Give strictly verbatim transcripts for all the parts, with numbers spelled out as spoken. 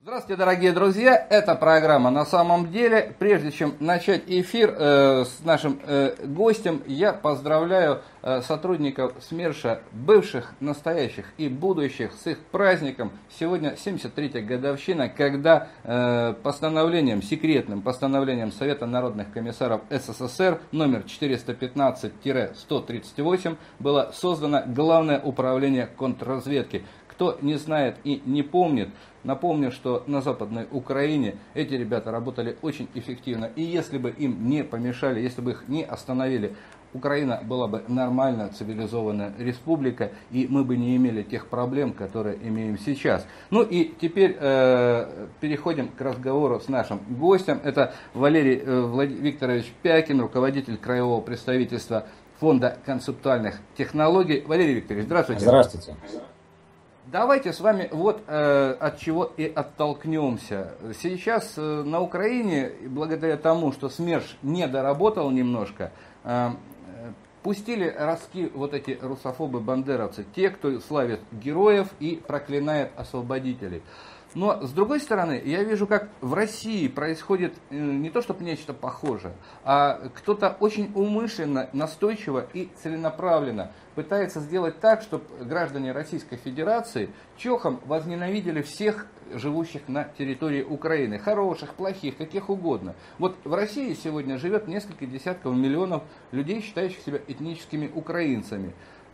Здравствуйте, дорогие друзья! Это программа «На самом деле». Прежде чем начать эфир э, с нашим э, гостем, я поздравляю э, сотрудников СМЕРШа, бывших, настоящих и будущих, с их праздником. Сегодня семьдесят третья годовщина, когда э, постановлением, секретным постановлением Совета народных комиссаров СССР номер четыреста пятнадцать сто тридцать восемь было создано Главное управление контрразведки. Кто не знает и не помнит, напомню, что на Западной Украине эти ребята работали очень эффективно. И если бы им не помешали, если бы их не остановили, Украина была бы нормальная, цивилизованная республика, и мы бы не имели тех проблем, которые имеем сейчас. Ну и теперь э, переходим к разговору с нашим гостем. Это Валерий э, Влад... Викторович Пякин, руководитель краевого представительства Фонда концептуальных технологий. Валерий Викторович, здравствуйте. Здравствуйте. Давайте с вами вот э, от чего и оттолкнемся. Сейчас э, на Украине, благодаря тому, что СМЕРШ не доработал немножко, э, пустили ростки вот эти русофобы-бандеровцы, те, кто славит героев и проклинает освободителей. Но, с другой стороны, я вижу, как в России происходит не то чтобы нечто похожее, а кто-то очень умышленно, настойчиво и целенаправленно пытается сделать так, чтобы граждане Российской Федерации чохом возненавидели всех живущих на территории Украины. Хороших, плохих, каких угодно. Вот в России сегодня живет несколько десятков миллионов людей, считающих себя этническими украинцами.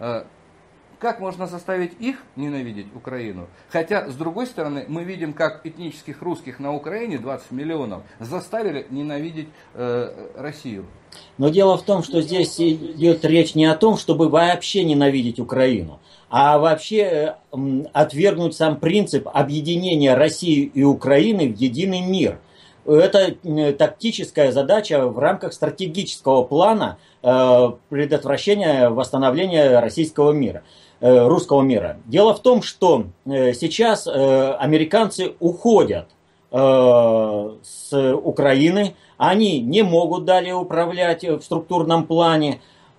Как можно заставить их ненавидеть Украину? Хотя, с другой стороны, мы видим, как этнических русских на Украине, двадцать миллионов, заставили ненавидеть э, Россию. Но дело в том, что здесь идет речь не о том, чтобы вообще ненавидеть Украину, а вообще э, отвергнуть сам принцип объединения России и Украины в единый мир. Это э, тактическая задача в рамках стратегического плана э, предотвращения восстановления российского мира. русского мира. Дело в том, что сейчас американцы уходят с Украины, они не могут далее управлять в структурном плане,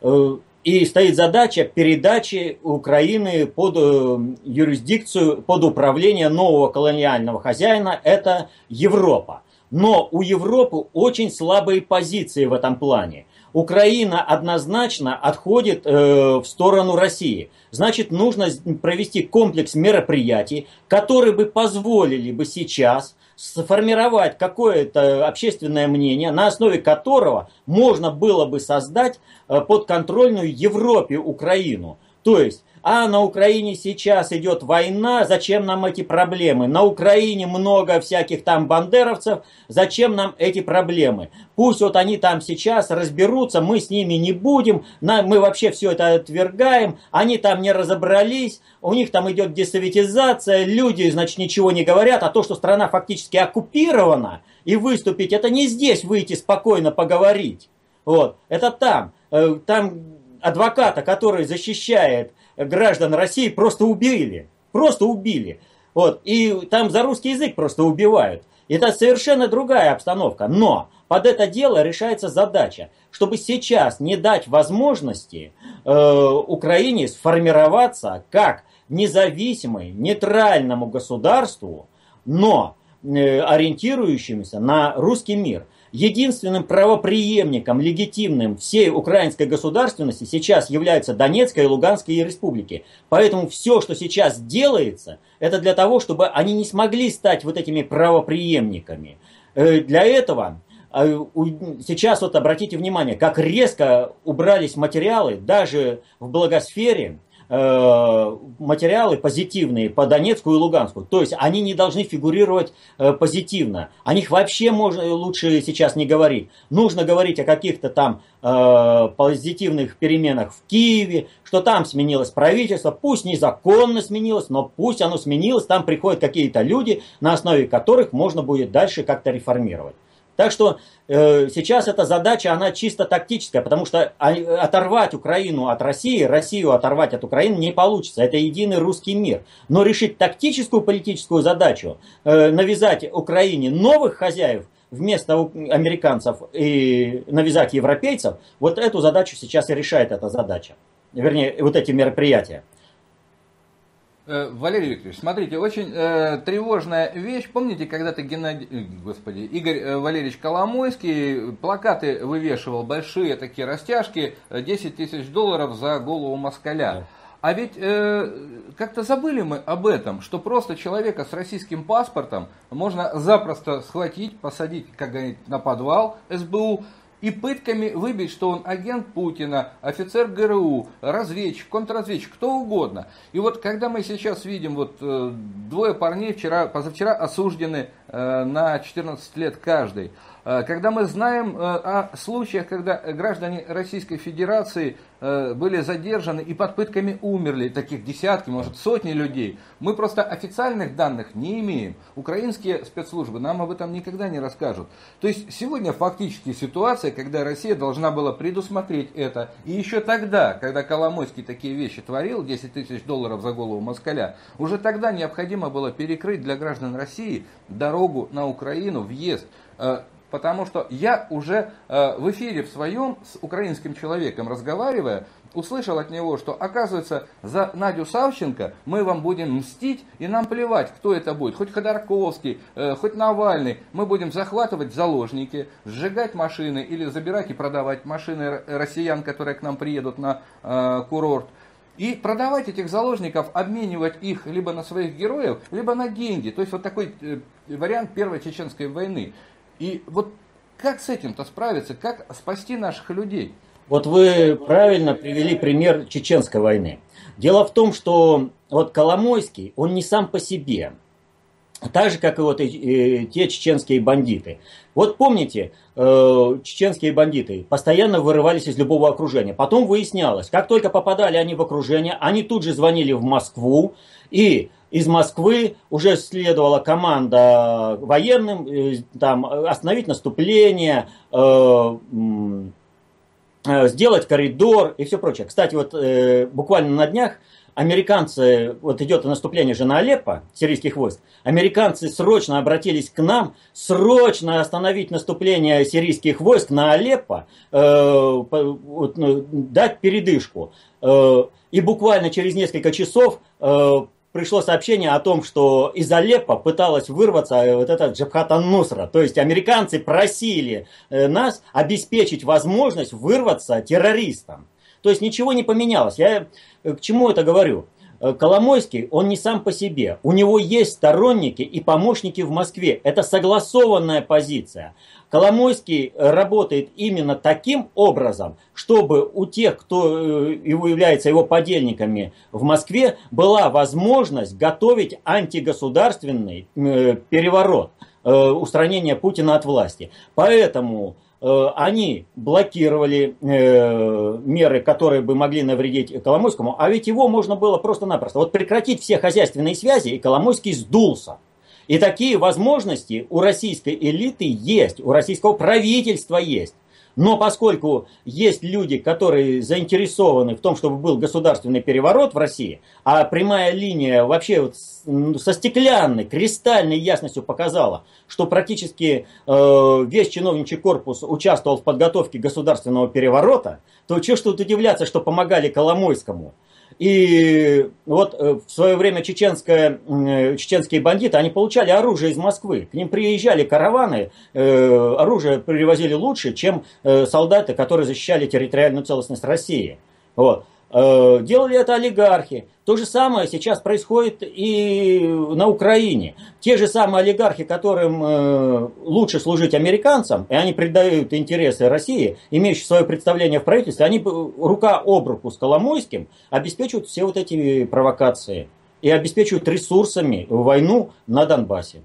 и стоит задача передачи Украины под юрисдикцию, под управление нового колониального хозяина, это Европа. Но у Европы очень слабые позиции в этом плане. Украина однозначно отходит э, в сторону России. Значит, нужно провести комплекс мероприятий, которые бы позволили бы сейчас сформировать какое-то общественное мнение, на основе которого можно было бы создать э, подконтрольную Европе Украину. То есть, а на Украине сейчас идет война, зачем нам эти проблемы? На Украине много всяких там бандеровцев, зачем нам эти проблемы? Пусть вот они там сейчас разберутся, мы с ними не будем, мы вообще все это отвергаем, они там не разобрались, у них там идет десоветизация, люди, значит, ничего не говорят, а то, что страна фактически оккупирована, и выступить, это не здесь выйти спокойно поговорить. Вот, это там, там адвоката, который защищает граждан России, просто убили. Просто убили. Вот. И там за русский язык просто убивают. Это совершенно другая обстановка. Но под это дело решается задача, чтобы сейчас не дать возможности э, Украине сформироваться как независимой, нейтральному государству, но э, ориентирующемуся на русский мир. Единственным правопреемником, легитимным всей украинской государственности сейчас являются Донецкая и Луганская республики. Поэтому все, что сейчас делается, это для того, чтобы они не смогли стать вот этими правопреемниками. Для этого сейчас вот обратите внимание, как резко убрались материалы даже в благосфере, материалы позитивные по Донецку и Луганску. То есть они не должны фигурировать позитивно. О них вообще можно, лучше сейчас не говорить. Нужно говорить о каких-то там э, позитивных переменах в Киеве, что там сменилось правительство. Пусть незаконно сменилось, но пусть оно сменилось. Там приходят какие-то люди, на основе которых можно будет дальше как-то реформировать. Так что э, сейчас эта задача, она чисто тактическая, потому что оторвать Украину от России, Россию оторвать от Украины не получится. Это единый русский мир. Но решить тактическую политическую задачу, э, навязать Украине новых хозяев вместо американцев и навязать европейцев, вот эту задачу сейчас и решает эта задача. Вернее, вот эти мероприятия. Валерий Викторович, смотрите, очень э, тревожная вещь. Помните, когда-то Геннадий, э, господи, Игорь э, Валерьевич Коломойский плакаты вывешивал, большие такие растяжки, десять тысяч долларов за голову москаля. Да. А ведь э, как-то забыли мы об этом, что просто человека с российским паспортом можно запросто схватить, посадить, как говорить, на подвал эс бэ у, и пытками выбить, что он агент Путина, офицер гэ эр у, разведчик, контрразведчик, кто угодно. И вот когда мы сейчас видим, вот э, двое парней вчера, позавчера осуждены э, на четырнадцать лет каждый, э, когда мы знаем э, о случаях, когда граждане Российской Федерации э, были задержаны и под пытками умерли, таких десятки, может сотни людей, мы просто официальных данных не имеем. Украинские спецслужбы нам об этом никогда не расскажут. То есть сегодня фактически ситуация, когда Россия должна была предусмотреть это. И еще тогда, когда Коломойский такие вещи творил, десять тысяч долларов за голову москаля, уже тогда необходимо было перекрыть для граждан России дорогу на Украину, въезд. Потому что я уже в эфире в своем с украинским человеком разговаривая, услышал от него, что оказывается за Надю Савченко мы вам будем мстить, и нам плевать, кто это будет, хоть Ходорковский, хоть Навальный, мы будем захватывать заложники, сжигать машины или забирать и продавать машины россиян, которые к нам приедут на курорт. И продавать этих заложников, обменивать их либо на своих героев, либо на деньги. То есть вот такой вариант Первой Чеченской войны. И вот как с этим-то справиться, как спасти наших людей? Вот вы правильно привели пример Чеченской войны. Дело в том, что вот Коломойский, он не сам по себе. Так же, как и вот и, те чеченские бандиты. Вот помните, э, чеченские бандиты постоянно вырывались из любого окружения. Потом выяснялось, как только попадали они в окружение, они тут же звонили в Москву. И из Москвы уже следовала команда военным э, там, остановить наступление, э, э, сделать коридор и все прочее. Кстати, вот э, буквально на днях американцы, вот идет наступление же на Алеппо, сирийских войск, американцы срочно обратились к нам, срочно остановить наступление сирийских войск на Алеппо, э, вот, дать передышку. Э, и буквально через несколько часов э, пришло сообщение о том, что из Алеппо пыталась вырваться вот эта Джабхат ан-Нусра. То есть американцы просили нас обеспечить возможность вырваться террористам. То есть ничего не поменялось. Я к чему это говорю? Коломойский, он не сам по себе. У него есть сторонники и помощники в Москве. Это согласованная позиция. Коломойский работает именно таким образом, чтобы у тех, кто является его подельниками в Москве, была возможность готовить антигосударственный переворот, устранение Путина от власти. Поэтому они блокировали э, меры, которые бы могли навредить Коломойскому, а ведь его можно было просто-напросто вот прекратить все хозяйственные связи, и Коломойский сдулся. И такие возможности у российской элиты есть, у российского правительства есть. Но поскольку есть люди, которые заинтересованы в том, чтобы был государственный переворот в России, а прямая линия вообще вот со стеклянной, кристальной ясностью показала, что практически э, весь чиновничий корпус участвовал в подготовке государственного переворота, то чего ж тут удивляться, что помогали Коломойскому. И вот в свое время чеченское, чеченские бандиты, они получали оружие из Москвы. К ним приезжали караваны, оружие привозили лучше, чем солдаты, которые защищали территориальную целостность России. Вот. Делали это олигархи. То же самое сейчас происходит и на Украине. Те же самые олигархи, которым лучше служить американцам, и они предают интересы России, имеющие свое представление в правительстве, они рука об руку с Коломойским обеспечивают все вот эти провокации и обеспечивают ресурсами войну на Донбассе.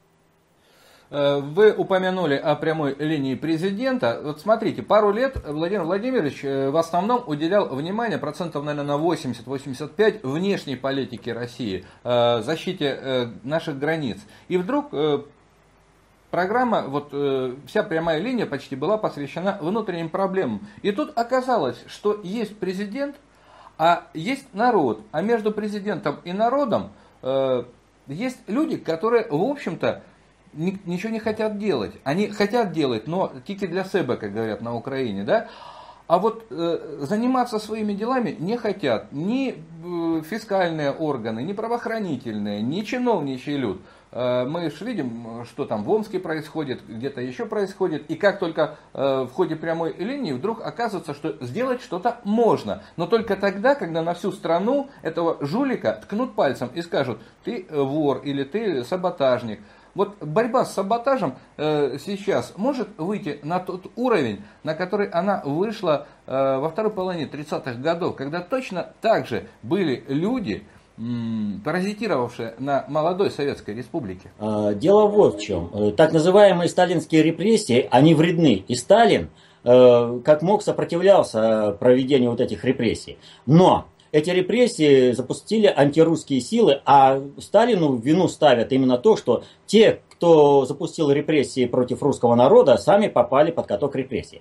Вы упомянули о прямой линии президента. Вот смотрите, пару лет Владимир Владимирович в основном уделял внимание, процентов, наверное, на восемьдесят-восемьдесят пять внешней политике России, защите наших границ. И вдруг программа, вот вся прямая линия почти была посвящена внутренним проблемам. И тут оказалось, что есть президент, а есть народ. А между президентом и народом есть люди, которые, в общем-то, ничего не хотят делать. Они хотят делать, но тики для себя, как говорят на Украине, да? А вот э, заниматься своими делами не хотят ни э, фискальные органы, ни правоохранительные, ни чиновничий люд. Э, мы же видим, что там в Омске происходит, где-то еще происходит. И как только э, в ходе прямой линии вдруг оказывается, что сделать что-то можно. Но только тогда, когда на всю страну этого жулика ткнут пальцем и скажут: ты вор или ты саботажник. Вот борьба с саботажем э, сейчас может выйти на тот уровень, на который она вышла э, во второй половине тридцатых годов, когда точно так же были люди, м, паразитировавшие на молодой Советской Республике. Дело вот в чем. Так называемые сталинские репрессии, они вредны. И Сталин, э, как мог, сопротивлялся проведению вот этих репрессий. Но эти репрессии запустили антирусские силы, а Сталину в вину ставят именно то, что те, кто запустил репрессии против русского народа, сами попали под каток репрессий.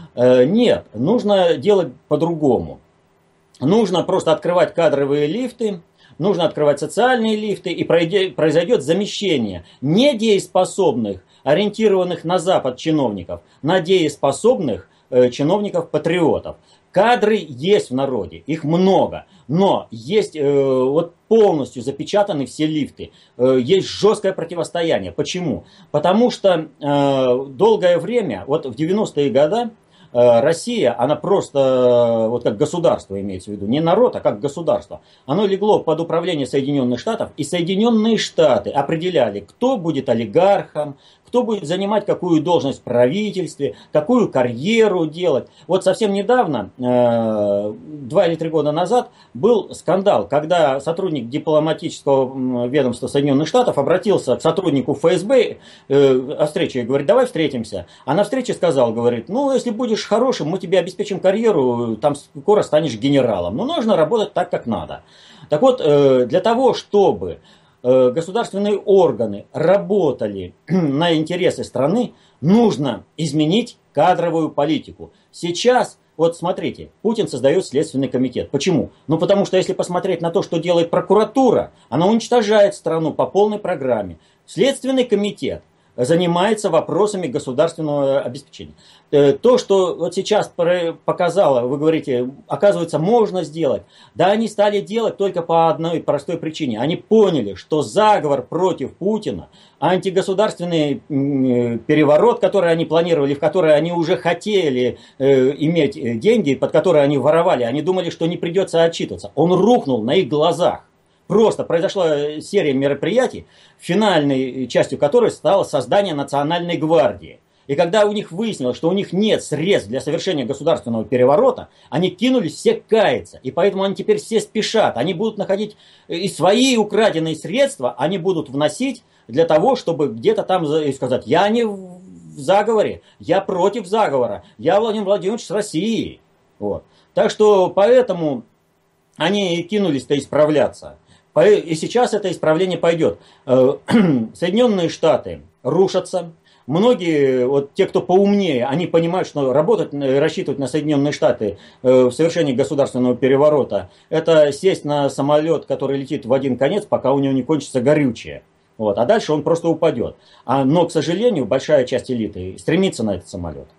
Нет, нужно делать по-другому. Нужно просто открывать кадровые лифты, нужно открывать социальные лифты, и произойдет замещение недееспособных, ориентированных на Запад чиновников, на дееспособных чиновников-патриотов. Кадры есть в народе, их много, но есть э, вот полностью запечатаны все лифты, э, есть жесткое противостояние. Почему? Потому что э, долгое время, вот в девяностые годы, э, Россия, она просто, э, вот как государство имеется в виду, не народ, а как государство, оно легло под управление Соединенных Штатов, и Соединенные Штаты определяли, кто будет олигархом, кто будет занимать какую должность в правительстве, какую карьеру делать. Вот совсем недавно, э, два или три года назад, был скандал, когда сотрудник дипломатического ведомства Соединенных Штатов обратился к сотруднику эф эс бэ э, о встрече и говорит: давай встретимся. А на встрече сказал, говорит: ну, если будешь хорошим, мы тебе обеспечим карьеру, там скоро станешь генералом. Но нужно работать так, как надо. Так вот, э, для того, чтобы государственные органы работали на интересы страны, нужно изменить кадровую политику. Сейчас, вот смотрите, Путин создает Следственный комитет. Почему? Ну потому что если посмотреть на то, что делает прокуратура, она уничтожает страну по полной программе. Следственный комитет занимается вопросами государственного обеспечения. То, что вот сейчас показало, вы говорите, оказывается, можно сделать. Да, они стали делать только по одной простой причине. Они поняли, что заговор против Путина, антигосударственный переворот, который они планировали, в который они уже хотели иметь деньги, под которые они воровали, они думали, что не придется отчитываться. Он рухнул на их глазах. Просто произошла серия мероприятий, финальной частью которой стало создание Национальной гвардии. И когда у них выяснилось, что у них нет средств для совершения государственного переворота, они кинулись все каяться. И поэтому они теперь все спешат. Они будут находить и свои украденные средства, они будут вносить для того, чтобы где-то там сказать: я не в заговоре, я против заговора, я Владимир Владимирович с Россией. Вот. Так что поэтому они кинулись-то исправляться. И сейчас это исправление пойдет. Соединенные Штаты рушатся. Многие, вот те, кто поумнее, они понимают, что работать, рассчитывать на Соединенные Штаты в совершении государственного переворота, это сесть на самолет, который летит в один конец, пока у него не кончится горючее. Вот. А дальше он просто упадет. А, но, к сожалению, большая часть элиты стремится на этот самолет.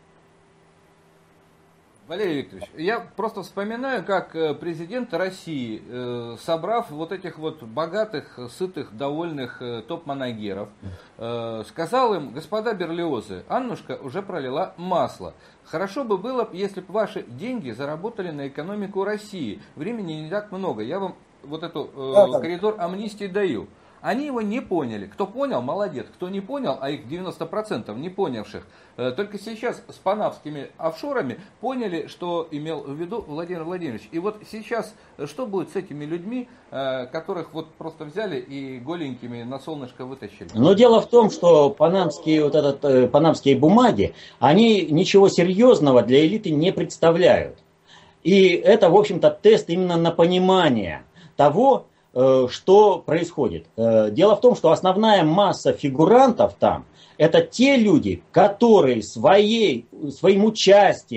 Валерий Викторович, я просто вспоминаю, как президент России, собрав вот этих вот богатых, сытых, довольных топ-манагеров, сказал им: господа Берлиозы, Аннушка уже пролила масло. Хорошо бы было, если бы ваши деньги заработали на экономику России. Времени не так много. Я вам вот эту э, коридор амнистии даю. Они его не поняли. Кто понял, молодец. Кто не понял, а их девяносто процентов не понявших, только сейчас с панамскими офшорами поняли, что имел в виду Владимир Владимирович. И вот сейчас что будет с этими людьми, которых вот просто взяли и голенькими на солнышко вытащили? Но дело в том, что панамские, вот этот, панамские бумаги, они ничего серьезного для элиты не представляют. И это, в общем-то, тест именно на понимание того, что происходит. Дело в том, что основная масса фигурантов там — это те люди, которые своей, своим участием,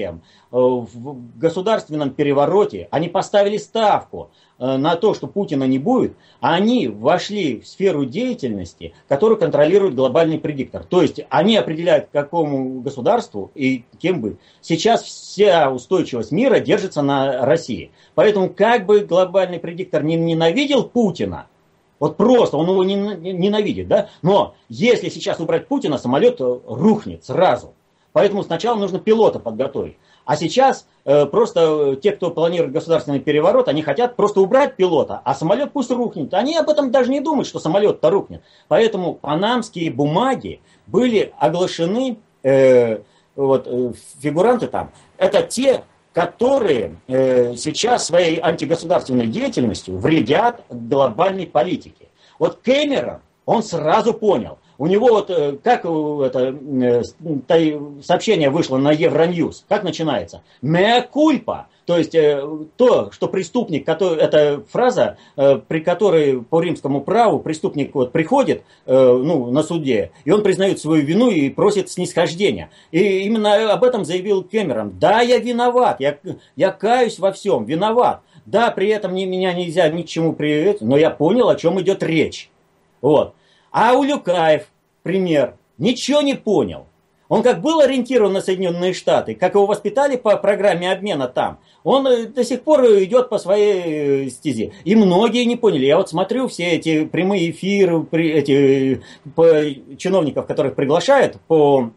в государственном перевороте, они поставили ставку на то, что Путина не будет, а они вошли в сферу деятельности, которую контролирует глобальный предиктор. То есть они определяют, к какому государству и кем быть. Сейчас вся устойчивость мира держится на России. Поэтому как бы глобальный предиктор не ненавидел Путина, вот просто он его ненавидит, да? Но если сейчас убрать Путина, самолет рухнет сразу. Поэтому сначала нужно пилота подготовить. А сейчас э, просто те, кто планирует государственный переворот, они хотят просто убрать пилота, а самолет пусть рухнет. Они об этом даже не думают, что самолет-то рухнет. Поэтому панамские бумаги были оглашены, э, вот, э, фигуранты там, это те, которые э, сейчас своей антигосударственной деятельностью вредят глобальной политике. Вот Кэмерон, он сразу понял. У него вот, как это сообщение вышло на Евроньюз, как начинается? Mea culpa. То есть то, что преступник, который, это фраза, при которой по римскому праву преступник вот приходит ну, на суде, и он признает свою вину и просит снисхождения. И именно об этом заявил Кэмерон. Да, я виноват, я, я каюсь во всем, виноват. Да, при этом меня нельзя ни к чему привязать, но я понял, о чем идет речь. Вот. А Улюкаев, пример, ничего не понял. Он как был ориентирован на Соединенные Штаты, как его воспитали по программе обмена там, он до сих пор идет по своей стезе. И многие не поняли. Я вот смотрю все эти прямые эфиры, эти по, чиновников, которых приглашают по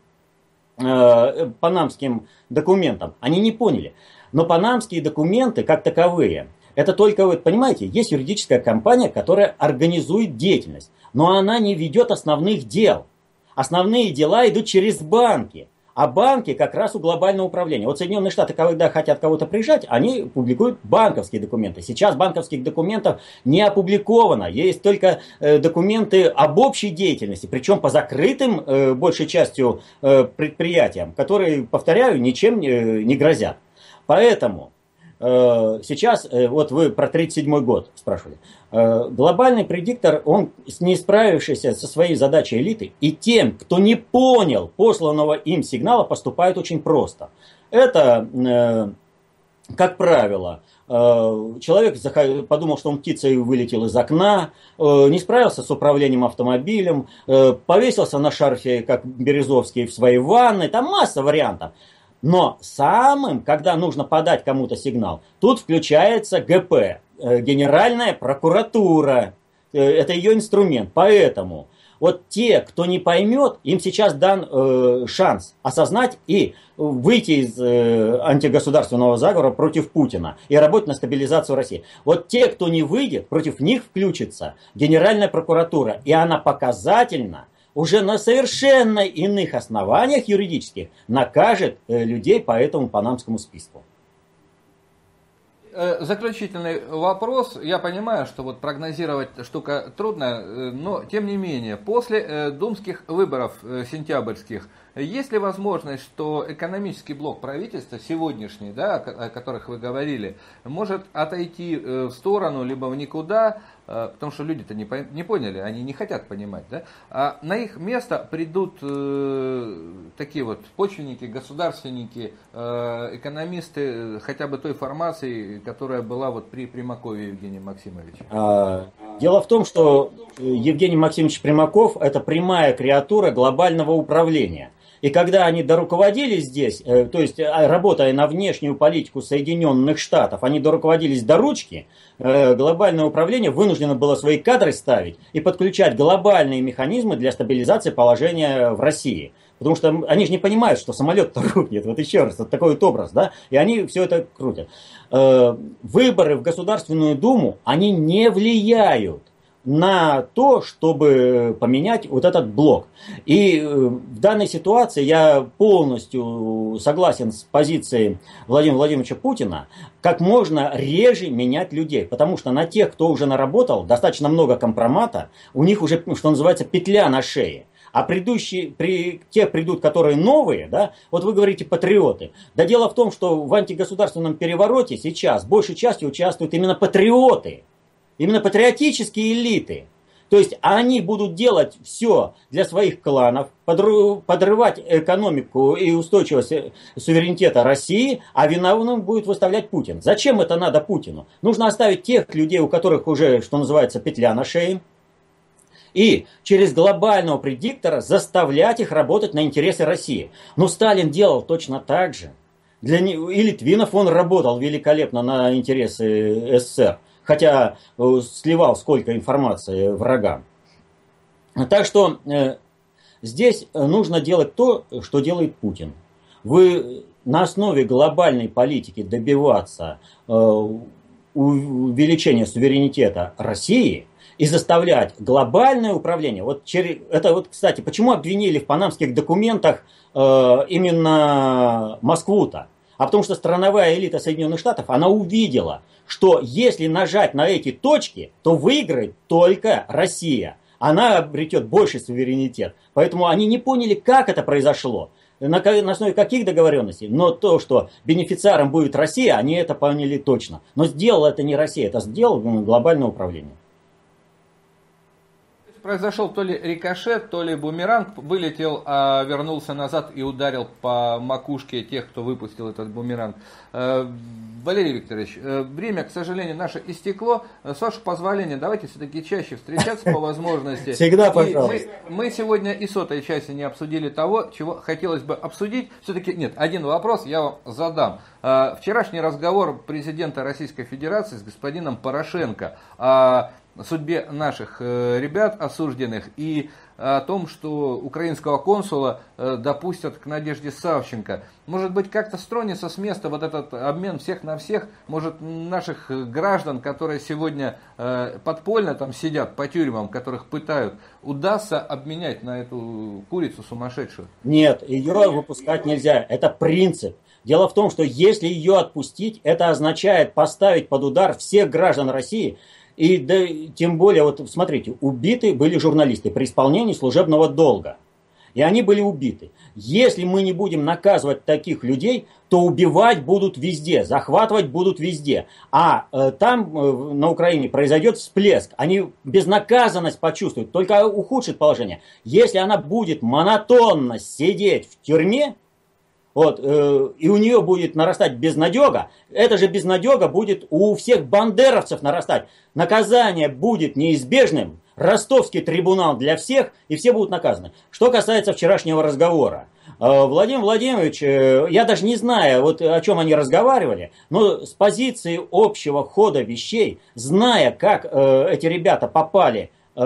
э, панамским документам, они не поняли. Но панамские документы как таковые, это только, вы понимаете, есть юридическая компания, которая организует деятельность, но она не ведет основных дел. Основные дела идут через банки, а банки как раз у глобального управления. Вот Соединенные Штаты, когда хотят кого-то прижать, они публикуют банковские документы. Сейчас банковских документов не опубликовано, есть только э, документы об общей деятельности, причем по закрытым, э, большей частью, э, предприятиям, которые, повторяю, ничем не, не грозят. Поэтому сейчас, вот вы про тридцать седьмой год спрашивали, глобальный предиктор, он не справившийся со своей задачей элиты, и тем, кто не понял посланного им сигнала, поступает очень просто. Это, как правило, человек подумал, что он птицей вылетел из окна, не справился с управлением автомобилем, повесился на шарфе, как Березовский, в своей ванной, там масса вариантов. Но самым, когда нужно подать кому-то сигнал, тут включается гэ пэ, Генеральная прокуратура. Это ее инструмент. Поэтому вот те, кто не поймет, им сейчас дан э, шанс осознать и выйти из э, антигосударственного заговора против Путина и работать на стабилизацию России. Вот те, кто не выйдет, против них включится Генеральная прокуратура. И она показательно уже на совершенно иных основаниях юридических накажет э, людей по этому панамскому списку. Заключительный вопрос. Я понимаю, что вот прогнозировать штука трудная, но тем не менее, после думских выборов сентябрьских, есть ли возможность, что экономический блок правительства сегодняшний, да, о которых вы говорили, может отойти в сторону, либо в никуда, потому что люди-то не, не поняли, они не хотят понимать, да, а на их место придут э, такие вот почвенники, государственники, э, экономисты хотя бы той формации, которая была вот при Примакове Евгении Максимовиче? Дело в том, что Евгений Максимович Примаков – это прямая креатура глобального управления. И когда они доруководились здесь, то есть работая на внешнюю политику Соединенных Штатов, они доруководились до ручки, глобальное управление вынуждено было свои кадры ставить и подключать глобальные механизмы для стабилизации положения в России. Потому что они же не понимают, что самолет-то рухнет. Вот еще раз, вот такой вот образ, да? И они все это крутят. Выборы в Государственную Думу, они не влияют на то, чтобы поменять вот этот блок. И в данной ситуации я полностью согласен с позицией Владимира Владимировича Путина, как можно реже менять людей. Потому что на тех, кто уже наработал достаточно много компромата, у них уже, что называется, петля на шее. А предыдущие, при, те придут, которые новые, да, вот вы говорите патриоты. Да дело в том, что в антигосударственном перевороте сейчас большей частью участвуют именно патриоты. Именно патриотические элиты. То есть они будут делать все для своих кланов, подрывать экономику и устойчивость суверенитета России, а виновным будет выставлять Путин. Зачем это надо Путину? Нужно оставить тех людей, у которых уже, что называется, петля на шее, и через глобального предиктора заставлять их работать на интересы России. Но Сталин делал точно так же. Для него, и Литвинов он работал великолепно на интересы СССР, хотя сливал сколько информации врагам. Так что э, здесь нужно делать то, что делает Путин. Вы на основе глобальной политики добиваться э, увеличения суверенитета России и заставлять глобальное управление. Вот через, это вот, кстати, почему обвинили в панамских документах э, именно Москву-то? А потому что страновая элита Соединенных Штатов, она увидела, что если нажать на эти точки, то выиграет только Россия. Она обретет больший суверенитет. Поэтому они не поняли, как это произошло, на, на основе каких договоренностей. Но то, что бенефициаром будет Россия, они это поняли точно. Но сделала это не Россия, это сделало глобальное управление. Произошел то ли рикошет, то ли бумеранг, вылетел, а вернулся назад и ударил по макушке тех, кто выпустил этот бумеранг. Валерий Викторович, время, к сожалению, наше истекло. С вашего позволения, давайте все-таки чаще встречаться по возможности. Всегда, пожалуйста. Мы, мы сегодня и сотой части не обсудили того, чего хотелось бы обсудить. Все-таки нет, один вопрос я вам задам. Вчерашний разговор президента Российской Федерации с господином Порошенко о судьбе наших ребят осужденных и о том, что украинского консула допустят к Надежде Савченко. Может быть, как-то стронется с места вот этот обмен всех на всех, может, наших граждан, которые сегодня подпольно там сидят по тюрьмам, которых пытают, удастся обменять на эту курицу сумасшедшую? Нет, ее выпускать нельзя. Это принцип. Дело в том, что если ее отпустить, это означает поставить под удар всех граждан России. И да, тем более, вот смотрите, убиты были журналисты при исполнении служебного долга. И они были убиты. Если мы не будем наказывать таких людей, то убивать будут везде, захватывать будут везде. А э, там, э, на Украине, произойдет всплеск. Они безнаказанность почувствуют, только ухудшит положение. Если она будет монотонно сидеть в тюрьме, вот, э, и у нее будет нарастать безнадега, эта же безнадега будет у всех бандеровцев нарастать. Наказание будет неизбежным, ростовский трибунал для всех, и все будут наказаны. Что касается вчерашнего разговора. Э, Владимир Владимирович, э, я даже не знаю, вот о чем они разговаривали, но с позиции общего хода вещей, зная, как э, эти ребята попали э,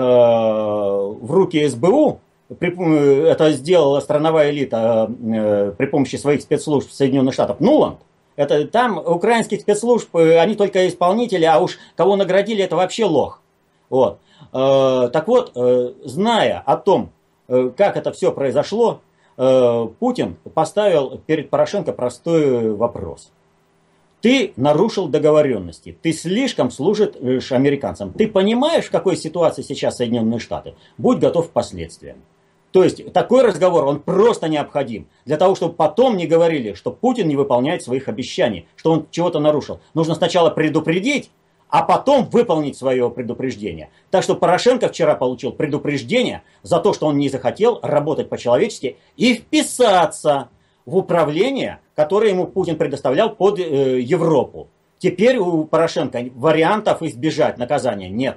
в руки эс бэ у, это сделала страновая элита э, при помощи своих спецслужб Соединенных Штатов. Нуланд. Это там украинских спецслужб, они только исполнители, а уж кого наградили, это вообще лох. Вот. Э, так вот, э, зная о том, э, как это все произошло, э, Путин поставил перед Порошенко простой вопрос. Ты нарушил договоренности, ты слишком служишь американцам. Ты понимаешь, в какой ситуации сейчас Соединенные Штаты? Будь готов к последствиям. То есть такой разговор, он просто необходим. Для того, чтобы потом не говорили, что Путин не выполняет своих обещаний, что он чего-то нарушил. Нужно сначала предупредить, а потом выполнить свое предупреждение. Так что Порошенко вчера получил предупреждение за то, что он не захотел работать по-человечески и вписаться в управление, которое ему Путин предоставлял под э, Европу. Теперь у Порошенко вариантов избежать наказания нет.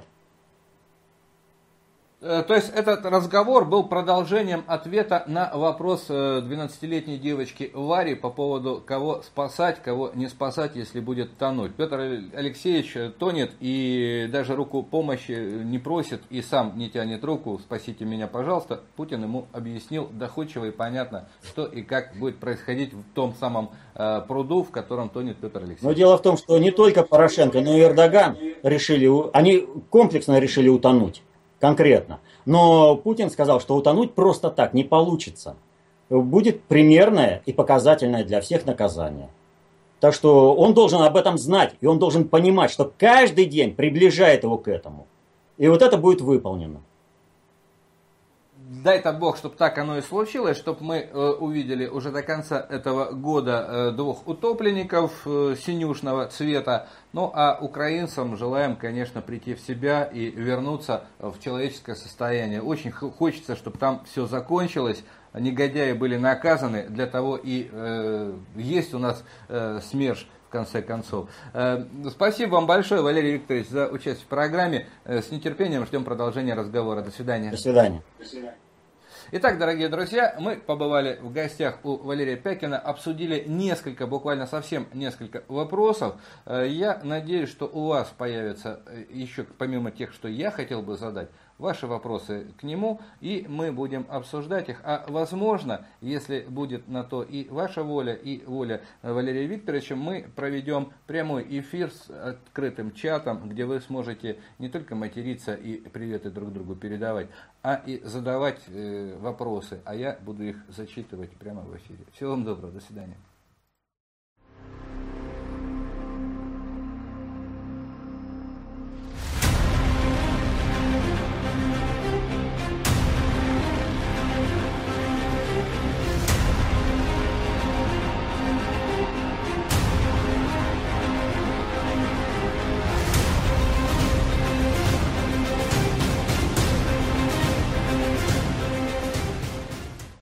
То есть этот разговор был продолжением ответа на вопрос двенадцатилетней девочки Вари по поводу, кого спасать, кого не спасать, если будет тонуть. Петр Алексеевич тонет и даже руку помощи не просит и сам не тянет руку, спасите меня, пожалуйста. Путин ему объяснил доходчиво и понятно, что и как будет происходить в том самом пруду, в котором тонет Петр Алексеевич. Но дело в том, что не только Порошенко, но и Эрдоган решили, они комплексно решили утонуть. Конкретно. Но Путин сказал, что утонуть просто так не получится. Будет примерное и показательное для всех наказание. Так что он должен об этом знать, и он должен понимать, что каждый день приближает его к этому. И вот это будет выполнено. дай-то Бог, чтобы так оно и случилось, чтобы мы э, увидели уже до конца этого года э, двух утопленников э, синюшного цвета. Ну а украинцам желаем, конечно, прийти в себя и вернуться в человеческое состояние. Очень хочется, чтобы там все закончилось, негодяи были наказаны, для того и э, есть у нас э, СМЕРШ. В конце концов. Спасибо вам большое, Валерий Викторович, за участие в программе. С нетерпением ждем продолжения разговора. До свидания. До свидания. До свидания. Итак, дорогие друзья, мы побывали в гостях у Валерия Пякина, обсудили несколько, буквально совсем несколько вопросов. Я надеюсь, что у вас появятся еще, помимо тех, что я хотел бы задать, ваши вопросы к нему, и мы будем обсуждать их. А возможно, если будет на то и ваша воля, и воля Валерия Викторовича, мы проведем прямой эфир с открытым чатом, где вы сможете не только материться и приветы друг другу передавать, а и задавать э, вопросы, а я буду их зачитывать прямо в эфире. Всего вам доброго, до свидания.